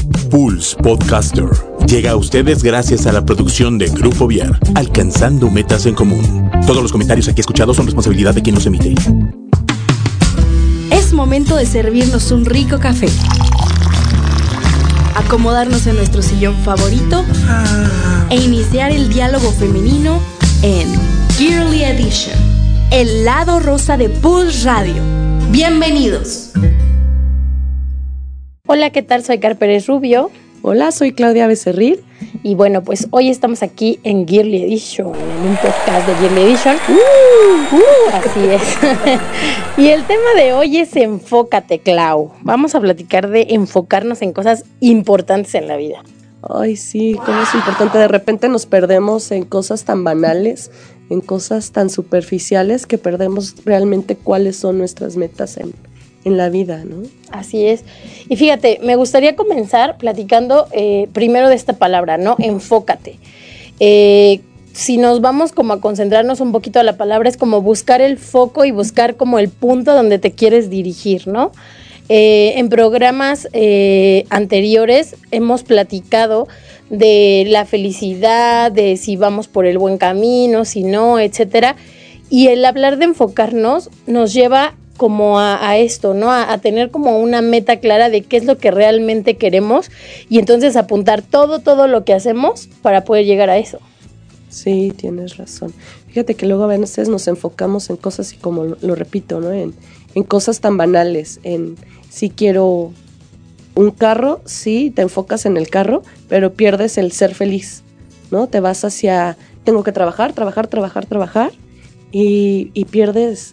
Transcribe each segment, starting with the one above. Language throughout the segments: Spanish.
Pulse Podcaster llega a ustedes gracias a la producción de Grupo Viar, alcanzando metas en común. Todos los comentarios aquí escuchados son responsabilidad de quien los emite. Es momento de servirnos un rico café, acomodarnos en nuestro sillón favorito e iniciar el diálogo femenino en Girly Edition, el lado rosa de Pulse Radio. ¡Bienvenidos! Hola, ¿qué tal? Soy Car Pérez Rubio. Hola, soy Claudia Becerril. Y bueno, pues hoy estamos aquí en Girly Edition, en un podcast de Girly Edition. Así es. Y el tema de hoy es Enfócate, Clau. Vamos a platicar de enfocarnos en cosas importantes en la vida. Ay, sí, cómo es importante. De repente nos perdemos en cosas tan banales, en cosas tan superficiales, que perdemos realmente cuáles son nuestras metas en la vida, ¿no? Así es. Y fíjate, me gustaría comenzar platicando primero de esta palabra, ¿no? Enfócate. Si nos vamos como a concentrarnos un poquito a la palabra, es como buscar el foco y buscar como el punto donde te quieres dirigir, ¿no? En programas anteriores hemos platicado de la felicidad, de si vamos por el buen camino, si no, etcétera. Y el hablar de enfocarnos nos lleva como a esto, ¿no? A tener como una meta clara de qué es lo que realmente queremos y entonces apuntar todo lo que hacemos para poder llegar a eso. Sí, tienes razón. Fíjate que luego a veces nos enfocamos en cosas y como lo repito, ¿no? En cosas tan banales, en si quiero un carro, sí, te enfocas en el carro, pero pierdes el ser feliz, ¿no? Te vas hacia, tengo que trabajar y pierdes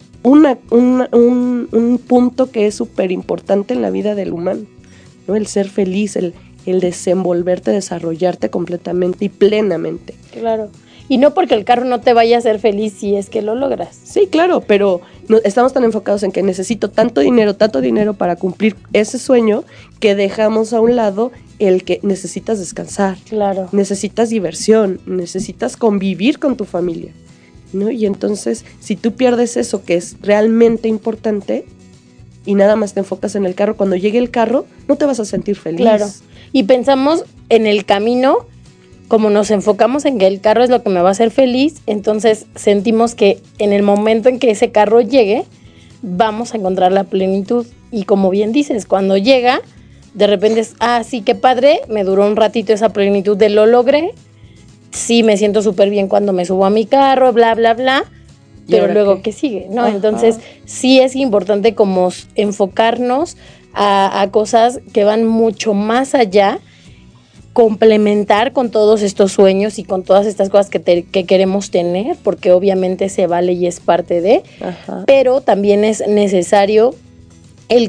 un punto que es súper importante en la vida del humano, ¿no? El ser feliz, el desenvolverte, desarrollarte completamente y plenamente. Claro. Y no porque el carro no te vaya a hacer feliz si es que lo logras. Sí, claro, pero estamos tan enfocados en que necesito tanto dinero para cumplir ese sueño que dejamos a un lado el que necesitas descansar. Claro. Necesitas diversión, necesitas convivir con tu familia, ¿no? Y entonces, si tú pierdes eso que es realmente importante y nada más te enfocas en el carro, cuando llegue el carro no te vas a sentir feliz. Claro. Y pensamos en el camino, como nos enfocamos en que el carro es lo que me va a hacer feliz, entonces sentimos que en el momento en que ese carro llegue, vamos a encontrar la plenitud. Y como bien dices, cuando llega, de repente es, sí, qué padre, me duró un ratito esa plenitud de lo logré, sí, me siento súper bien cuando me subo a mi carro, bla, bla, bla, pero luego, ¿qué sigue? ¿No? Ajá. Entonces, sí es importante como enfocarnos a cosas que van mucho más allá, complementar con todos estos sueños y con todas estas cosas que queremos tener, porque obviamente se vale y es parte de, ajá, pero también es necesario el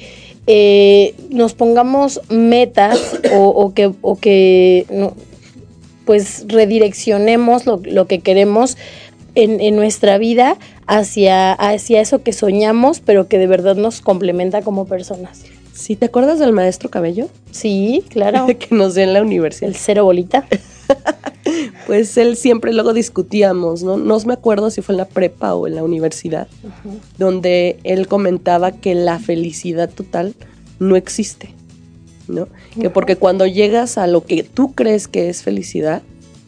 que nos pongamos metas o que no, pues redireccionemos lo que queremos en nuestra vida hacia eso que soñamos, pero que de verdad nos complementa como personas. ¿Sí te acuerdas del maestro Cabello? Sí, claro. Que nos dio en la universidad. El cero bolita. Pues él siempre luego discutíamos, ¿no? No me acuerdo si fue en la prepa o en la universidad, uh-huh, donde él comentaba que la felicidad total no existe, ¿no? Uh-huh. Que porque cuando llegas a lo que tú crees que es felicidad,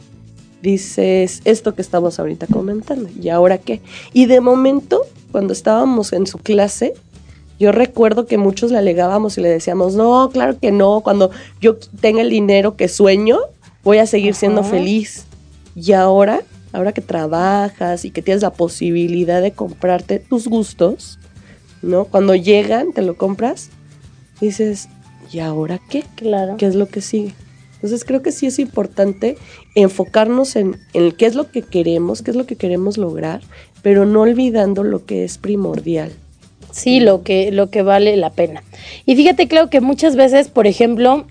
dices esto que estamos ahorita comentando, ¿y ahora qué? Y de momento, cuando estábamos en su clase, yo recuerdo que muchos le alegábamos y le decíamos, no, claro que no, cuando yo tenga el dinero que sueño, voy a seguir siendo feliz. Y ahora que trabajas y que tienes la posibilidad de comprarte tus gustos, ¿no? Cuando llegan, te lo compras, dices, ¿y ahora qué? Claro. ¿Qué es lo que sigue? Entonces creo que sí es importante enfocarnos en qué es lo que queremos lograr, pero no olvidando lo que es primordial. Sí, lo que vale la pena. Y fíjate, Clau, que muchas veces, por ejemplo,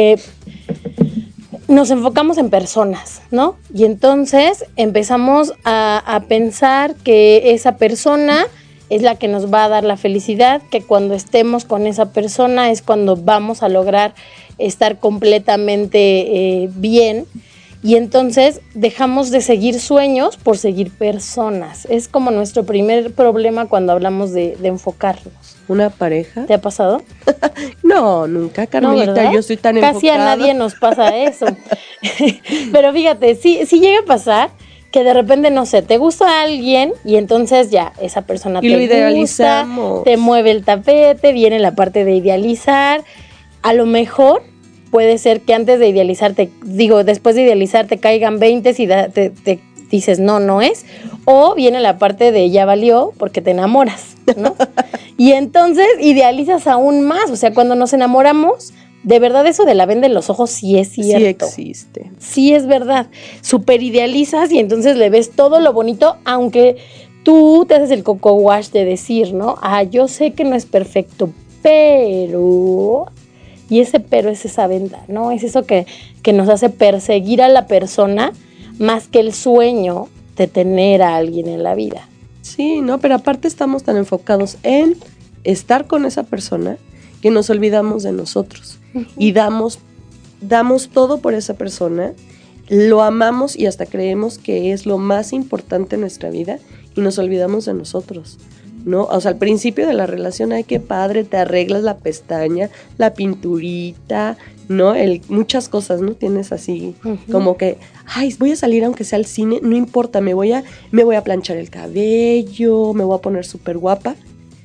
nos enfocamos en personas, ¿no? Y entonces empezamos a pensar que esa persona es la que nos va a dar la felicidad, que cuando estemos con esa persona es cuando vamos a lograr estar completamente bien. Y entonces dejamos de seguir sueños por seguir personas. Es como nuestro primer problema cuando hablamos de enfocarnos. ¿Una pareja? ¿Te ha pasado? No, nunca, Carmelita. ¿No, verdad? Yo estoy tan Casi enfocada. a nadie nos pasa eso. Pero fíjate, sí llega a pasar que de repente, no sé, te gusta alguien y entonces ya esa persona Y te lo gusta, idealizamos. te mueve el tapete, viene la parte de idealizar. A lo mejor puede ser que antes de idealizarte, después de idealizarte caigan 20 y te dices, no es. O viene la parte de ya valió porque te enamoras, ¿no? Y entonces idealizas aún más. O sea, cuando nos enamoramos, de verdad eso de la venda en los ojos sí es cierto. Sí existe. Sí es verdad. Super idealizas y entonces le ves todo lo bonito, aunque tú te haces el coco wash de decir, ¿no? Yo sé que no es perfecto, pero... Y ese pero es esa venda, ¿no? Es eso que nos hace perseguir a la persona más que el sueño de tener a alguien en la vida. Sí, no, pero aparte estamos tan enfocados en estar con esa persona que nos olvidamos de nosotros. Uh-huh. Y damos todo por esa persona, lo amamos y hasta creemos que es lo más importante en nuestra vida y nos olvidamos de nosotros, ¿no? O sea, al principio de la relación, ay, qué padre, te arreglas la pestaña, la pinturita, ¿no? Muchas cosas, ¿no? Tienes así, uh-huh, como que, ay, voy a salir aunque sea al cine, no importa, me voy a planchar el cabello, me voy a poner súper guapa.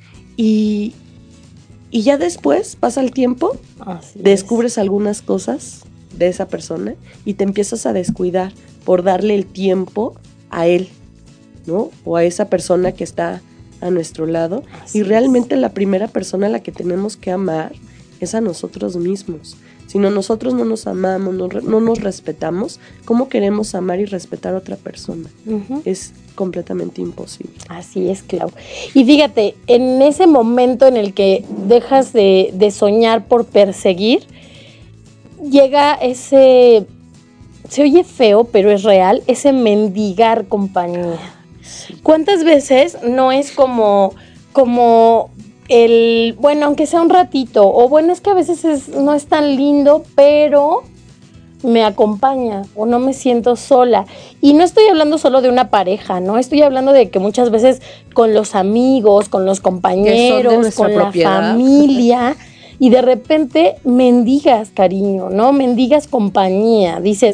Y ya después pasa el tiempo, descubres algunas cosas de esa persona y te empiezas a descuidar por darle el tiempo a él, ¿no? O a esa persona que está a nuestro lado. Así y realmente la primera persona a la que tenemos que amar es a nosotros mismos. Si nosotros no nos amamos, no nos respetamos, ¿cómo queremos amar y respetar a otra persona? Uh-huh. Es completamente imposible. Así es, Clau. Y fíjate, en ese momento en el que dejas de soñar por perseguir, llega ese, se oye feo, pero es real, ese mendigar compañía. Sí. ¿Cuántas veces no es como el, bueno, aunque sea un ratito, o bueno, es que a veces no es tan lindo, pero me acompaña o no me siento sola? Y no estoy hablando solo de una pareja, ¿no? Estoy hablando de que muchas veces con los amigos, con los compañeros, con la familia, y de repente mendigas cariño, ¿no? Mendigas compañía. Dices,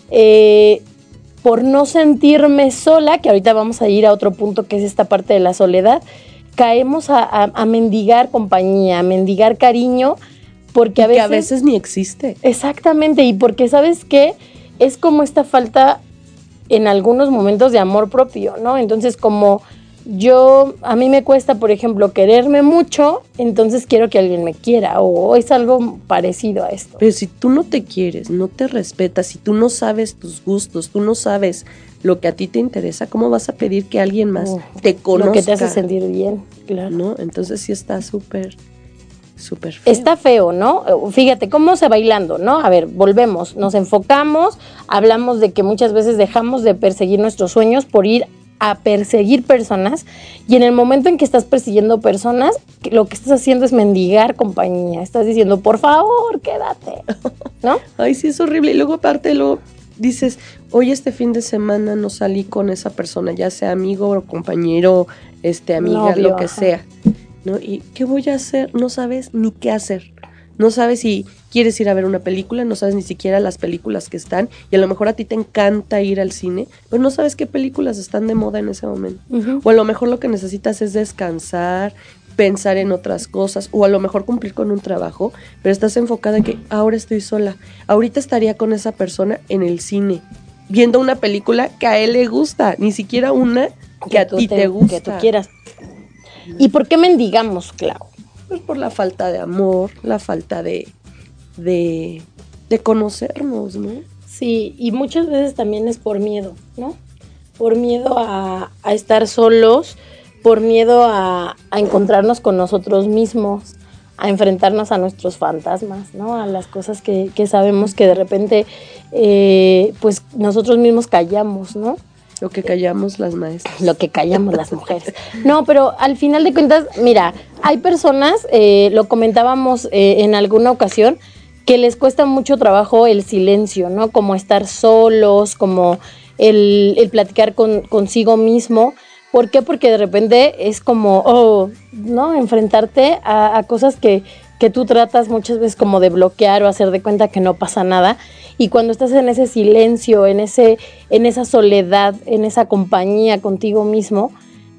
por no sentirme sola, que ahorita vamos a ir a otro punto que es esta parte de la soledad, caemos a mendigar compañía, a mendigar cariño, porque a veces ni existe. Exactamente, y porque ¿sabes qué? Es como esta falta en algunos momentos de amor propio, ¿no? Entonces, como a mí me cuesta, por ejemplo, quererme mucho, entonces quiero que alguien me quiera, o es algo parecido a esto. Pero si tú no te quieres, no te respetas, si tú no sabes tus gustos, tú no sabes lo que a ti te interesa, ¿cómo vas a pedir que alguien más te conozca? Lo que te hace sentir bien, claro. ¿No? Entonces sí está súper feo. Está feo, ¿no? Fíjate, cómo se bailando, ¿no? A ver, volvemos, nos enfocamos, hablamos de que muchas veces dejamos de perseguir nuestros sueños por ir a perseguir personas, y en el momento en que estás persiguiendo personas, lo que estás haciendo es mendigar compañía, estás diciendo, por favor, quédate, ¿no? Ay, sí, es horrible. Y luego aparte dices, hoy este fin de semana no salí con esa persona, ya sea amigo o compañero, amiga, novio, lo que sea, ¿no? ¿Y qué voy a hacer? No sabes ni qué hacer. No sabes si quieres ir a ver una película, no sabes ni siquiera las películas que están, y a lo mejor a ti te encanta ir al cine, pero no sabes qué películas están de moda en ese momento. Uh-huh. O a lo mejor lo que necesitas es descansar, pensar en otras cosas, o a lo mejor cumplir con un trabajo, pero estás enfocada en que ahora estoy sola, ahorita estaría con esa persona en el cine, viendo una película que a él le gusta, ni siquiera una que a ti te gusta. Que tú quieras. ¿Y por qué mendigamos, Clau? Pues por la falta de amor, la falta de conocernos, ¿no? Sí, y muchas veces también es por miedo, ¿no? Por miedo a estar solos, por miedo a encontrarnos con nosotros mismos, a enfrentarnos a nuestros fantasmas, ¿no? A las cosas que sabemos que de repente, pues nosotros mismos callamos, ¿no? Lo que callamos las maestras. Lo que callamos las mujeres. No, pero al final de cuentas, mira, hay personas, lo comentábamos en alguna ocasión, que les cuesta mucho trabajo el silencio, ¿no? Como estar solos, como el platicar consigo mismo. ¿Por qué? Porque de repente es como, ¿no? Enfrentarte a cosas que tú tratas muchas veces como de bloquear o hacer de cuenta que no pasa nada. Y cuando estás en ese silencio, en esa soledad, en esa compañía contigo mismo,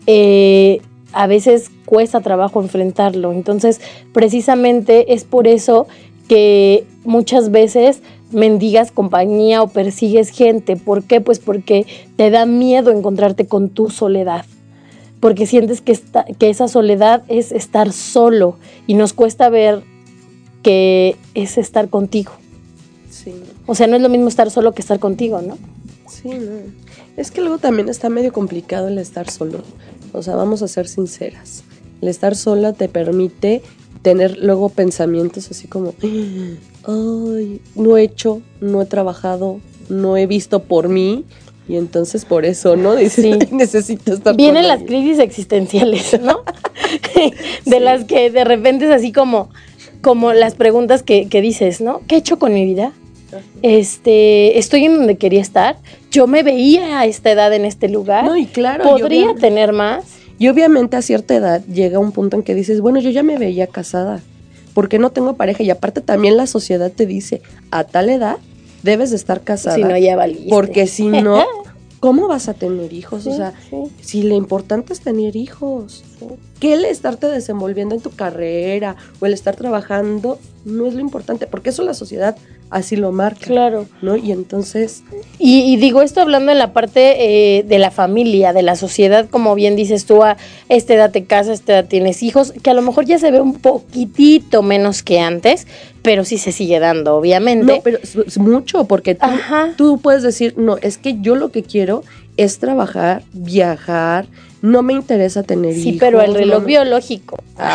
a veces cuesta trabajo enfrentarlo. Entonces, precisamente es por eso que muchas veces mendigas compañía o persigues gente. ¿Por qué? Pues porque te da miedo encontrarte con tu soledad. Porque sientes que esa soledad es estar solo y nos cuesta ver que es estar contigo. Sí. O sea, no es lo mismo estar solo que estar contigo, ¿no? Sí, no. Es que luego también está medio complicado el estar solo. O sea, vamos a ser sinceras. El estar sola te permite tener luego pensamientos así como, ay, no he hecho, no he trabajado, no he visto por mí. Y entonces por eso, ¿no? Dices, Sí. Necesito estar Vienen con las alguien. crisis existenciales, ¿no? De Sí. las que de repente es así como las preguntas que dices, ¿no? ¿Qué he hecho con mi vida? Estoy en donde quería estar. Yo me veía a esta edad en este lugar. No, y claro. ¿Podría tener más? Y obviamente a cierta edad llega un punto en que dices, bueno, yo ya me veía casada. ¿Por qué no tengo pareja? Y aparte también la sociedad te dice, a tal edad debes de estar casada. Si no, ya valiste. Porque si no, ¿cómo vas a tener hijos? Sí, O sea, sí. si lo importante es tener hijos. Sí. Que el estarte desenvolviendo en tu carrera o el estar trabajando no es lo importante, porque eso la sociedad así lo marca. Claro. ¿No? Y entonces... Y digo esto hablando en la parte de la familia, de la sociedad, como bien dices tú, a esta edad te casas, a esta edad tienes hijos, que a lo mejor ya se ve un poquitito menos que antes, pero sí se sigue dando, obviamente. No, pero es mucho, porque tú puedes decir, no, es que yo lo que quiero es trabajar, viajar, no me interesa tener hijos. Sí, pero el reloj biológico.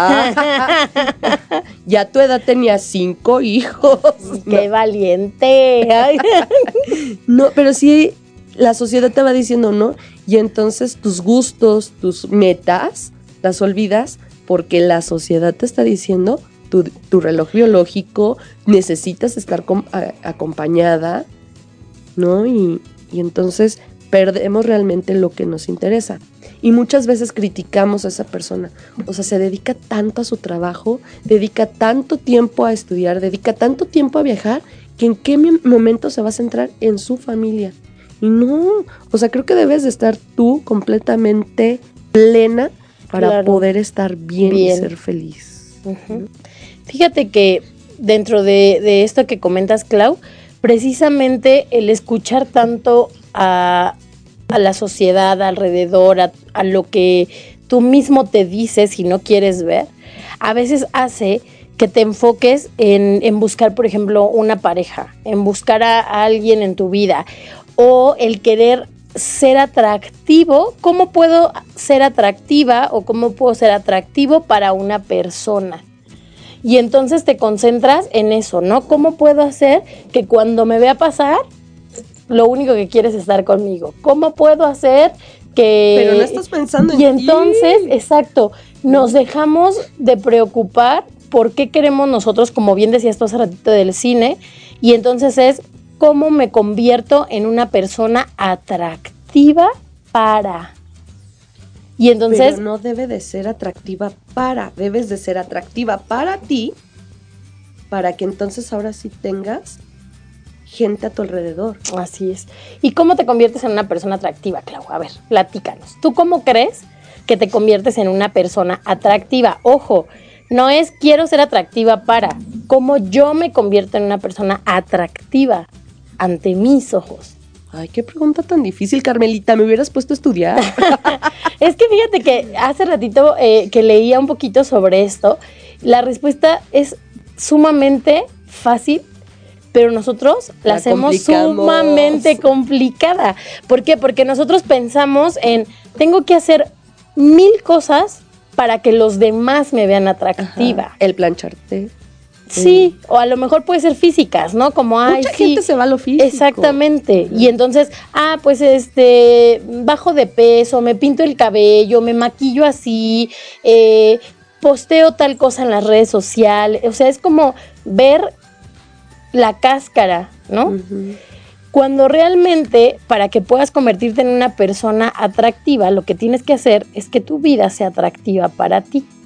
Ya a tu edad tenía 5 hijos. ¡Qué valiente! Ay. No, pero sí, la sociedad te va diciendo no, y entonces tus gustos, tus metas, las olvidas porque la sociedad te está diciendo tu reloj biológico, necesitas estar acompañada, ¿no? Y entonces perdemos realmente lo que nos interesa. Y muchas veces criticamos a esa persona. O sea, se dedica tanto a su trabajo, dedica tanto tiempo a estudiar, dedica tanto tiempo a viajar, que en qué momento se va a centrar en su familia. Y no, o sea, creo que debes de estar tú completamente plena para poder estar bien y ser feliz. Uh-huh. Fíjate que dentro de esto que comentas, Clau, precisamente el escuchar tanto a la sociedad alrededor, a lo que tú mismo te dices y no quieres ver, a veces hace que te enfoques en buscar, por ejemplo, una pareja, en buscar a alguien en tu vida, o el querer ser atractivo. ¿Cómo puedo ser atractiva o cómo puedo ser atractivo para una persona? Y entonces te concentras en eso, ¿no? ¿Cómo puedo hacer que cuando me vea pasar, lo único que quieres es estar conmigo? ¿Cómo puedo hacer que...? Pero no estás pensando en ti. Y entonces, exacto, nos dejamos de preocupar por qué queremos nosotros, como bien decías tú hace ratito del cine, y entonces es cómo me convierto en una persona atractiva para... Y entonces... Pero no debe de ser atractiva debes de ser atractiva para ti, para que entonces ahora sí tengas gente a tu alrededor. Así es. ¿Y cómo te conviertes en una persona atractiva, Clau? A ver, platícanos. ¿Tú cómo crees que te conviertes en una persona atractiva? Ojo, no es quiero ser atractiva para, cómo yo me convierto en una persona atractiva ante mis ojos. Ay, qué pregunta tan difícil, Carmelita. Me hubieras puesto a estudiar. Es que fíjate que hace ratito que leía un poquito sobre esto, la respuesta es sumamente fácil, pero nosotros la hacemos sumamente complicada. ¿Por qué? Porque nosotros pensamos en, tengo que hacer 1000 cosas para que los demás me vean atractiva. Ajá, el plancharte. Sí, o a lo mejor puede ser físicas, ¿no? Como, mucha gente se va a lo físico. Exactamente. Y entonces, pues bajo de peso, me pinto el cabello, me maquillo así, posteo tal cosa en las redes sociales. O sea, es como ver la cáscara, ¿no? Uh-huh. Cuando realmente, para que puedas convertirte en una persona atractiva, lo que tienes que hacer es que tu vida sea atractiva para ti.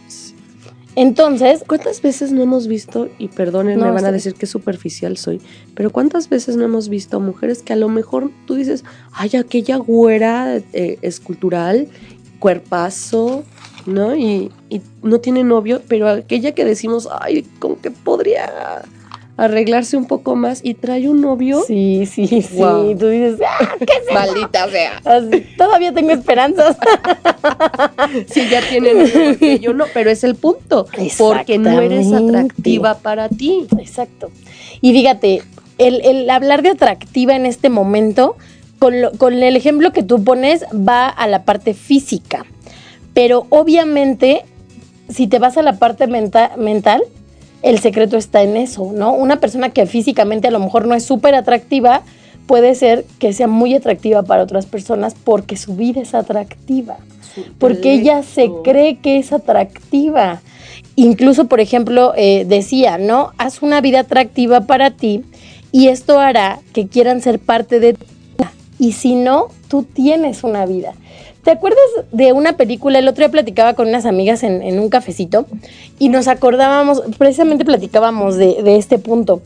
Entonces, ¿cuántas veces no hemos visto, y perdónenme, me van a decir que superficial soy, pero cuántas veces no hemos visto mujeres que a lo mejor tú dices, ay, aquella güera escultural, cuerpazo, ¿no? Y no tiene novio, pero aquella que decimos, ay, como que podría arreglarse un poco más y trae un novio. Sí, wow. Tú dices, ¿qué es eso? Maldita sea. Así, todavía tengo esperanzas. Sí, ya tienen novio que yo no, pero es el punto. Porque no eres atractiva para ti. Exacto. Y fíjate, el hablar de atractiva en este momento, con el ejemplo que tú pones, va a la parte física. Pero obviamente, si te vas a la parte mental, el secreto está en eso, ¿no? Una persona que físicamente a lo mejor no es súper atractiva, puede ser que sea muy atractiva para otras personas porque su vida es atractiva, porque ella se cree que es atractiva. Incluso, por ejemplo, decía, ¿no? Haz una vida atractiva para ti y esto hará que quieran ser parte de tu vida. Y si no, tú tienes una vida. ¿Te acuerdas de una película? El otro día platicaba con unas amigas en un cafecito y nos acordábamos, precisamente platicábamos de este punto.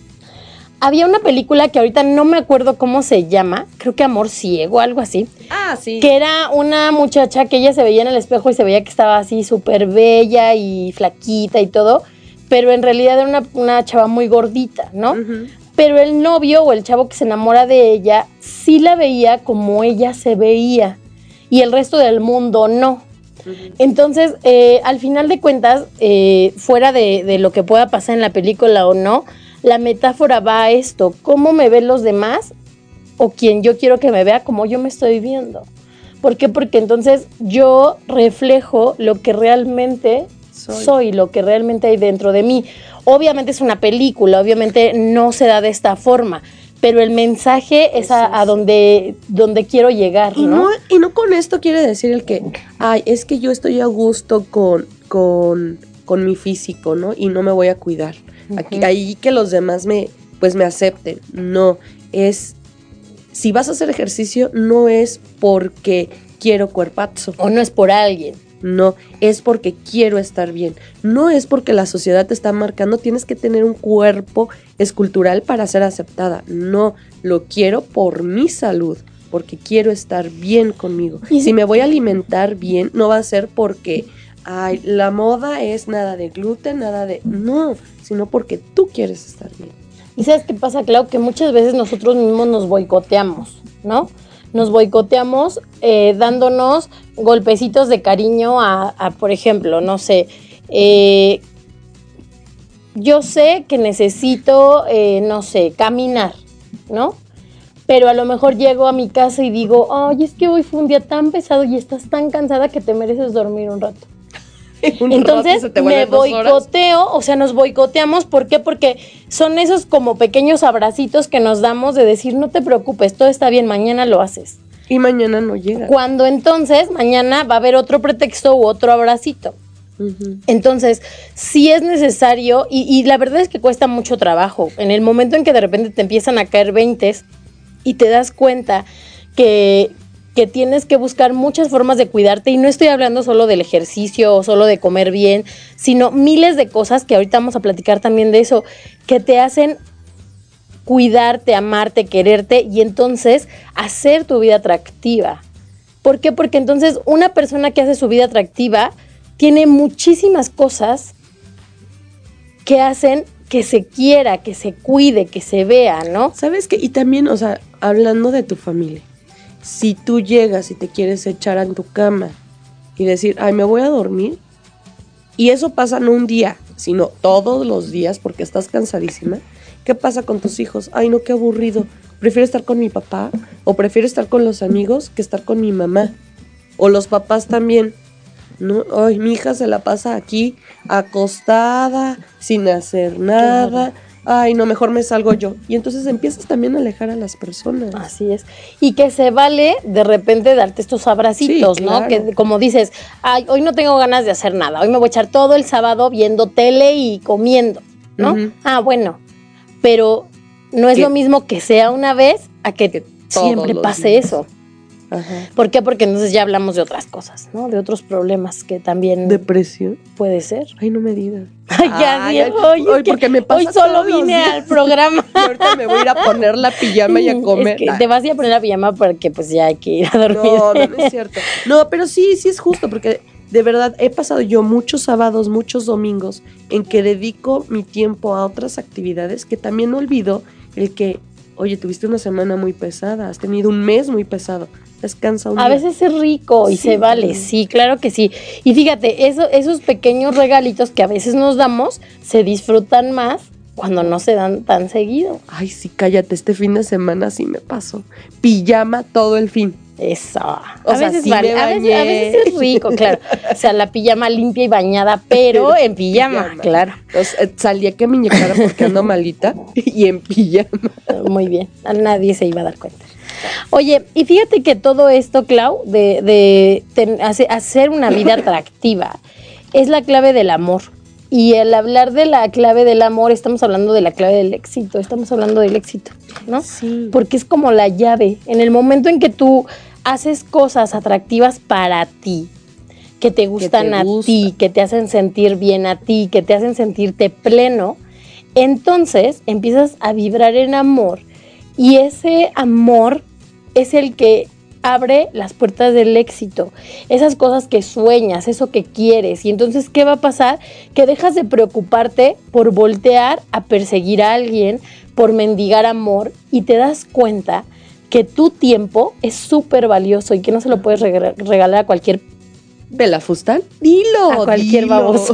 Había una película que ahorita no me acuerdo cómo se llama, creo que Amor Ciego, algo así. Ah, sí. Que era una muchacha que ella se veía en el espejo y se veía que estaba así súper bella y flaquita y todo, pero en realidad era una chava muy gordita, ¿no? Uh-huh. Pero el novio o el chavo que se enamora de ella sí la veía como ella se veía. Y el resto del mundo no. Uh-huh. Entonces, al final de cuentas, fuera de lo que pueda pasar en la película o no, la metáfora va a esto: cómo me ven los demás o quien yo quiero que me vea, como yo me estoy viendo. ¿Por qué? Porque entonces yo reflejo lo que realmente soy, lo que realmente hay dentro de mí. Obviamente es una película, obviamente no se da de esta forma, pero el mensaje es a donde quiero llegar, ¿no? Y no con esto quiere decir el que, ay, es que yo estoy a gusto con mi físico, ¿no? Y no me voy a cuidar. Uh-huh. Ahí que los demás me acepten. No, es, si vas a hacer ejercicio, no es porque quiero cuerpazo. O no es por alguien. No, es porque quiero estar bien. No es porque la sociedad te está marcando, tienes que tener un cuerpo escultural para ser aceptada. No, lo quiero por mi salud, porque quiero estar bien conmigo. Y si me voy a alimentar bien, no va a ser porque, ay, la moda es nada de gluten, nada de... No, sino porque tú quieres estar bien. ¿Y sabes qué pasa, Clau? Que muchas veces nosotros mismos nos boicoteamos, ¿no? Nos boicoteamos dándonos golpecitos de cariño a, por ejemplo, no sé, yo sé que necesito, no sé, caminar, ¿no? Pero a lo mejor llego a mi casa y digo, ay, es que hoy fue un día tan pesado y estás tan cansada que te mereces dormir un rato. Entonces me boicoteo, o sea, nos boicoteamos. ¿Por qué? Porque son esos como pequeños abracitos que nos damos de decir, no te preocupes, todo está bien, mañana lo haces. Y mañana no llega. Cuando entonces mañana va a haber otro pretexto u otro abracito. Uh-huh. Entonces, sí es necesario, y la verdad es que cuesta mucho trabajo. En el momento en que de repente te empiezan a caer 20 y te das cuenta que tienes que buscar muchas formas de cuidarte, y no estoy hablando solo del ejercicio o solo de comer bien, sino miles de cosas que ahorita vamos a platicar también de eso, que te hacen cuidarte, amarte, quererte y entonces hacer tu vida atractiva. ¿Por qué? Porque entonces una persona que hace su vida atractiva tiene muchísimas cosas que hacen que se quiera, que se cuide, que se vea, ¿no? ¿Sabes qué? Y también, o sea, hablando de tu familia, si tú llegas y te quieres echar en tu cama y decir, ay, me voy a dormir, y eso pasa no un día, sino todos los días porque estás cansadísima, ¿qué pasa con tus hijos? Ay, no, qué aburrido, prefiero estar con mi papá o prefiero estar con los amigos que estar con mi mamá. O los papás también, ¿no? Ay, mi hija se la pasa aquí acostada, sin hacer nada. Ay, no, mejor me salgo yo. Y entonces empiezas también a alejar a las personas. Así es. Y que se vale de repente darte estos abracitos, sí, claro, ¿no? Que como dices, ay, hoy no tengo ganas de hacer nada. Hoy me voy a echar todo el sábado viendo tele y comiendo, ¿no? Uh-huh. Ah, bueno. pero no es Que- lo mismo que sea una vez a que todos siempre los pase días. eso. Ajá. ¿Por qué? Porque entonces ya hablamos de otras cosas, ¿no? De otros problemas que también ¿Depresión? puede ser. Ay, no me digas. Ay, ya, Ay, sí, ay, hoy, es ay, que porque me pasa hoy solo todos los vine días. al programa. Y ahorita me voy a ir a poner la pijama y a comer. Es que te vas a ir a poner la pijama porque pues ya hay que ir a dormir. No es cierto. No, pero sí es justo, porque de verdad he pasado yo muchos sábados, muchos domingos en que dedico mi tiempo a otras actividades que también olvido el que, oye, tuviste una semana muy pesada, has tenido un mes muy pesado, descansa un A día. veces es rico y Sí, se vale, sí, claro que sí. Y fíjate, esos pequeños regalitos que a veces nos damos se disfrutan más cuando no se dan tan seguido. Ay, sí, cállate, este fin de semana sí me pasó. Pijama todo el fin. Eso. O A sea, veces sí vale, me a bañé. veces es rico, claro. O sea, la pijama limpia y bañada, pero en pijama, Pijama. claro. Entonces, salí a que me inyectara porque ando malita y en pijama. Muy bien, a nadie se iba a dar cuenta. Oye, y fíjate que todo esto, Clau, hacer una vida atractiva, es la clave del amor. Y al hablar de la clave del amor, estamos hablando de la clave del éxito, estamos hablando del éxito, ¿no? Sí. Porque es como la llave. En el momento en que tú haces cosas atractivas para ti, que te gustan a ti, que te hacen sentir bien a ti, que te hacen sentirte pleno, entonces empiezas a vibrar en amor y ese amor es el que abre las puertas del éxito, esas cosas que sueñas, eso que quieres. Y entonces, ¿qué va a pasar? Que dejas de preocuparte por voltear a perseguir a alguien, por mendigar amor y te das cuenta que tu tiempo es súper valioso y que no se lo puedes regalar a cualquier ¿Bela Fustán? Dilo. a cualquier dilo. baboso.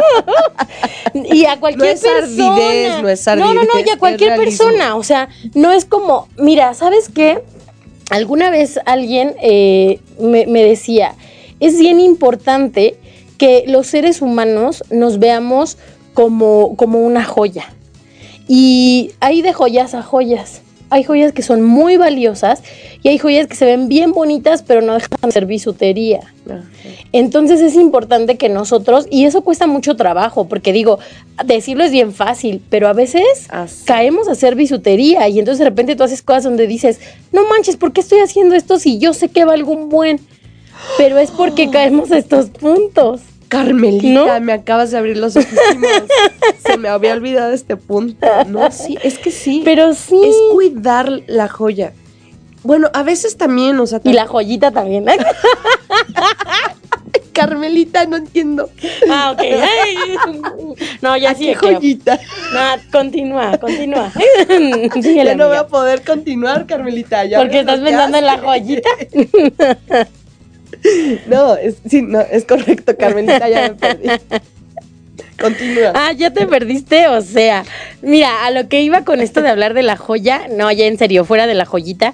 Y a cualquier No es persona. ardidez, no es No, ardidez, y a cualquier es realismo. persona. O sea, no es como, mira, ¿sabes qué? Alguna vez alguien me decía, es bien importante que los seres humanos nos veamos como una joya. Y hay de joyas a joyas. Hay joyas que son muy valiosas y hay joyas que se ven bien bonitas, pero no dejan de ser bisutería. Ajá. Entonces es importante que nosotros, y eso cuesta mucho trabajo, porque digo, decirlo es bien fácil, pero a veces Así. caemos a hacer bisutería y entonces de repente tú haces cosas donde dices, no manches, ¿por qué estoy haciendo esto si yo sé que va algún buen? Pero es porque caemos a estos puntos. Carmelita, ¿No? me acabas de abrir los ojos. Se me había olvidado este punto. No, sí, es que sí. Pero sí. Es cuidar la joya. Bueno, a veces también, o sea... Y la joyita también. Carmelita, no entiendo. Ah, ok. Ay. No, ya ¿A sí. qué joyita? No, continúa. Ya Síguele, no voy amiga. a poder continuar, Carmelita. Ya Porque me estás pensando en la bloqueaste. joyita. No, es correcto, Carmelita, ya me perdí. Continúa. Ah, ya te perdiste, o sea, mira, a lo que iba con esto de hablar de la joya, no, ya en serio, fuera de la joyita,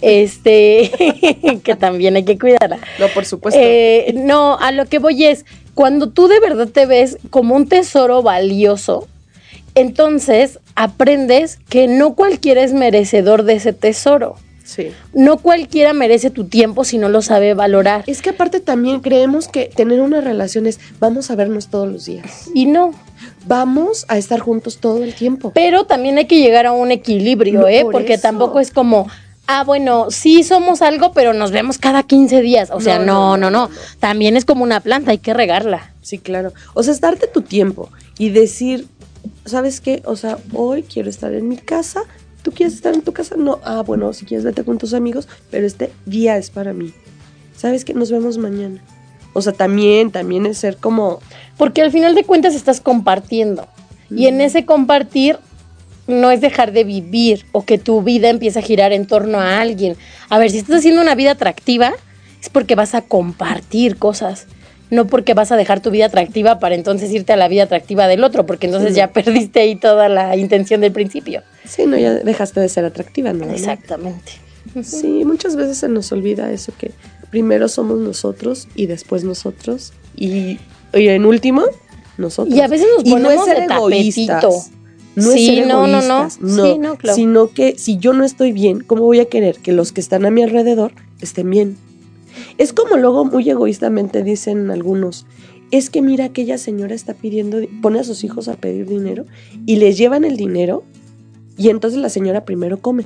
que también hay que cuidarla. No, por supuesto. No, a lo que voy es, cuando tú de verdad te ves como un tesoro valioso, entonces aprendes que no cualquiera es merecedor de ese tesoro. Sí. No cualquiera merece tu tiempo si no lo sabe valorar. Es que aparte también creemos que tener una relación es vamos a vernos todos los días. Y no. Vamos a estar juntos todo el tiempo. Pero también hay que llegar a un equilibrio, No, por porque eso. tampoco es como, bueno, sí somos algo, pero nos vemos cada 15 días. O sea, no. También es como una planta, hay que regarla. Sí, claro. O sea, es darte tu tiempo y decir, ¿sabes qué? O sea, hoy quiero estar en mi casa. ¿Tú quieres estar en tu casa? No. Bueno, si quieres vete con tus amigos, pero este día es para mí. ¿Sabes qué? Nos vemos mañana. O sea, también es ser como... Porque al final de cuentas estás compartiendo. Y en ese compartir no es dejar de vivir o que tu vida empiece a girar en torno a alguien. A ver, si estás haciendo una vida atractiva, es porque vas a compartir cosas. No porque vas a dejar tu vida atractiva para entonces irte a la vida atractiva del otro, porque entonces ya perdiste ahí toda la intención del principio. Sí, no, ya dejaste de ser atractiva, ¿no? Exactamente. Sí, muchas veces se nos olvida eso, que primero somos nosotros y después nosotros y en último, nosotros. Y a veces nos Y ponemos ser de egoístas. tapetito. No Sí, es ser no. egoístas, Sí, no, claro. sino que si yo no estoy bien, ¿cómo voy a querer que los que están a mi alrededor estén bien? Es como luego muy egoístamente dicen algunos, es que mira, aquella señora está pidiendo, pone a sus hijos a pedir dinero y les llevan el dinero Y entonces la señora primero come,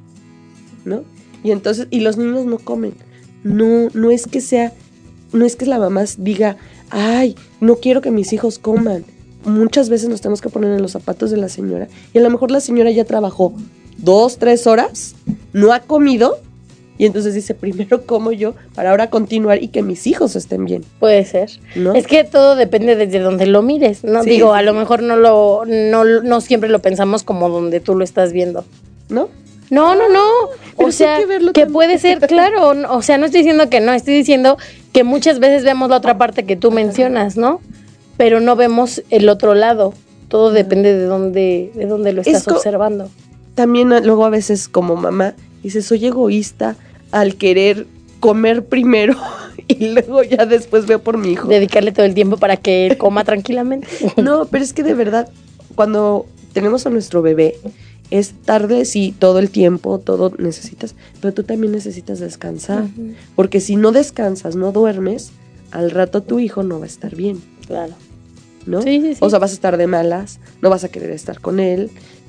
¿no? Y entonces, y los niños no comen. No es que la mamá diga, ay, no quiero que mis hijos coman. Muchas veces nos tenemos que poner en los zapatos de la señora, y a lo mejor la señora ya trabajó 2, 3 horas, no ha comido, y entonces dice, primero como yo para ahora continuar y que mis hijos estén bien. Puede ser, ¿no? Es que todo depende desde donde lo mires, ¿no? Sí, Digo, a lo mejor no siempre lo pensamos como donde tú lo estás viendo, ¿no? No. O sea, que puede ser, claro. O sea, no estoy diciendo que no, estoy diciendo que muchas veces vemos la otra parte que tú mencionas, ¿no? Pero no vemos el otro lado. Todo depende de dónde lo estás observando. También luego a veces como mamá dices, soy egoísta al querer comer primero y luego ya después veo por mi hijo. Dedicarle todo el tiempo para que él coma tranquilamente. No, pero es que de verdad, cuando tenemos a nuestro bebé, es tarde, sí, todo el tiempo, todo necesitas, pero tú también necesitas descansar. Uh-huh. Porque si no descansas, no duermes, al rato tu hijo no va a estar bien. Claro. ¿No? Sí. O sea, vas a estar de malas, no vas a querer estar con él.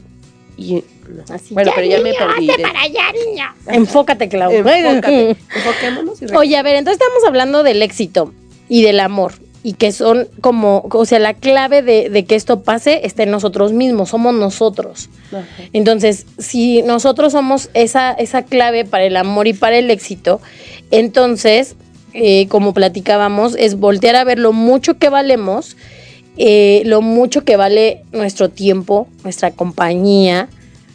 Y no. Así, bueno, ya, pero ya niño, me perdí. Para allá, niña. Enfócate, Clau. Enfoquémonos. Oye, a ver, entonces estamos hablando del éxito y del amor. Y que son como, o sea, la clave de que esto pase está en nosotros mismos, somos nosotros. Ajá. Entonces, si nosotros somos esa clave para el amor y para el éxito, entonces, como platicábamos, es voltear a ver lo mucho que valemos, lo mucho que vale nuestro tiempo, nuestra compañía,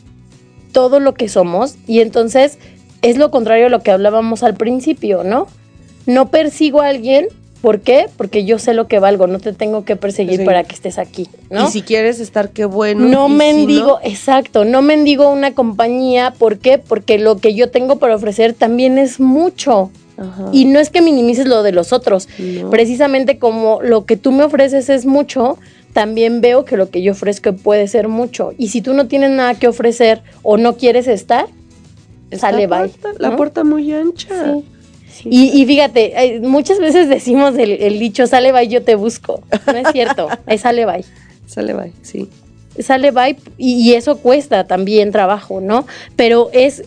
todo lo que somos. Y entonces, es lo contrario a lo que hablábamos al principio, ¿no? No persigo a alguien. ¿Por qué? Porque yo sé lo que valgo, no te tengo que perseguir para que estés aquí, ¿no? Y si quieres estar, qué bueno. No mendigo, si no... Exacto, no mendigo una compañía, ¿por qué? Porque lo que yo tengo para ofrecer también es mucho. Ajá. Y no es que minimices lo de los otros, no. Precisamente como lo que tú me ofreces es mucho, también veo que lo que yo ofrezco puede ser mucho. Y si tú no tienes nada que ofrecer o no quieres estar, sale bye. La puerta muy ancha. Sí. Sí. Y fíjate, muchas veces decimos el dicho, sale bye, yo te busco. No es cierto, es sale bye. Sale bye, sí. Sale bye y eso cuesta también trabajo, ¿no? Pero es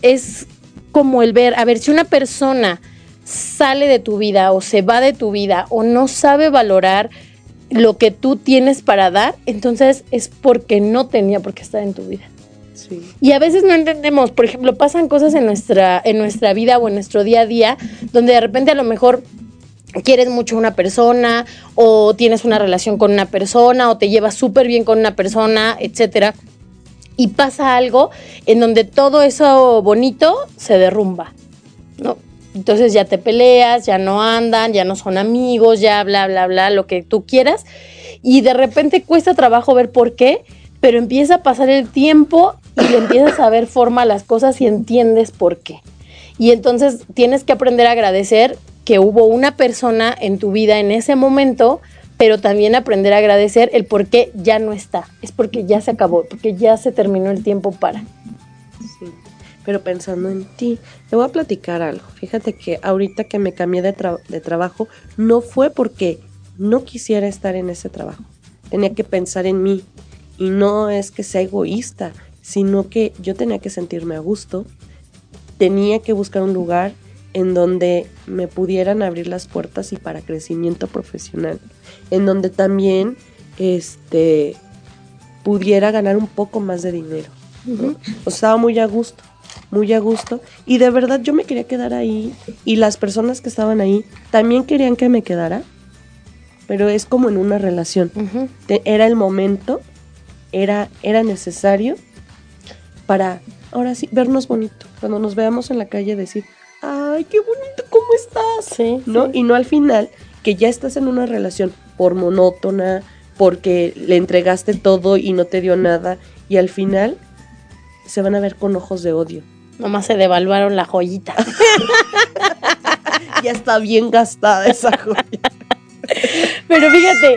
como el ver, a ver, si una persona sale de tu vida o se va de tu vida o no sabe valorar lo que tú tienes para dar, entonces es porque no tenía por qué estar en tu vida. Sí. Y a veces no entendemos, por ejemplo, pasan cosas en nuestra vida o en nuestro día a día, donde de repente a lo mejor quieres mucho a una persona o tienes una relación con una persona o te llevas súper bien con una persona, etcétera, y pasa algo en donde todo eso bonito se derrumba, ¿no? Entonces ya te peleas, ya no andan, ya no son amigos, ya bla, bla, bla, lo que tú quieras, y de repente cuesta trabajo ver por qué, pero empieza a pasar el tiempo y le empiezas a ver forma a las cosas y entiendes por qué. Y entonces tienes que aprender a agradecer que hubo una persona en tu vida en ese momento, pero también aprender a agradecer el por qué ya no está. Es porque ya se acabó, porque ya se terminó el tiempo para. Sí, pero pensando en ti, te voy a platicar algo. Fíjate que ahorita que me cambié de trabajo, no fue porque no quisiera estar en ese trabajo. Tenía que pensar en mí. Y no es que sea egoísta, sino que yo tenía que sentirme a gusto, tenía que buscar un lugar en donde me pudieran abrir las puertas y para crecimiento profesional, en donde también pudiera ganar un poco más de dinero, ¿no? Uh-huh. O sea, estaba muy a gusto, y de verdad yo me quería quedar ahí, y las personas que estaban ahí también querían que me quedara, pero es como en una relación. Uh-huh. Era el momento, era necesario para, ahora sí, vernos bonito. Cuando nos veamos en la calle decir, ¡ay, qué bonito, cómo estás! Sí, ¿no? Sí. Y no al final, que ya estás en una relación por monótona, porque le entregaste todo y no te dio nada, y al final se van a ver con ojos de odio. Nomás se devaluaron la joyita. Ya está bien gastada esa joya. Pero fíjate.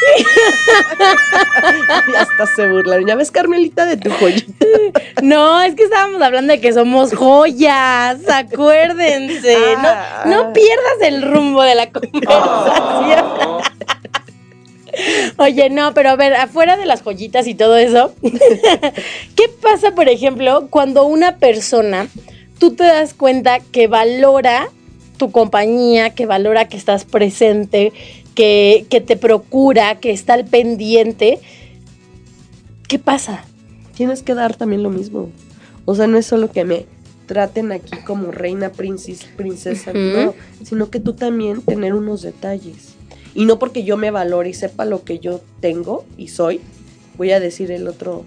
Ya hasta se burlaron. ¿Ya ves, Carmelita, de tu joyita? No, es que estábamos hablando de que somos joyas. Acuérdense. No pierdas el rumbo de la conversación. Oye, no, pero a ver, afuera de las joyitas y todo eso, ¿qué pasa, por ejemplo, cuando una persona, tú te das cuenta que valora tu compañía, que valora que estás presente, que te procura, que está al pendiente? ¿Qué pasa? Tienes que dar también lo mismo. O sea, no es solo que me traten aquí como reina, princesa, no, sino que tú también tener unos detalles. Y no porque yo me valore y sepa lo que yo tengo y soy, voy a decir el otro,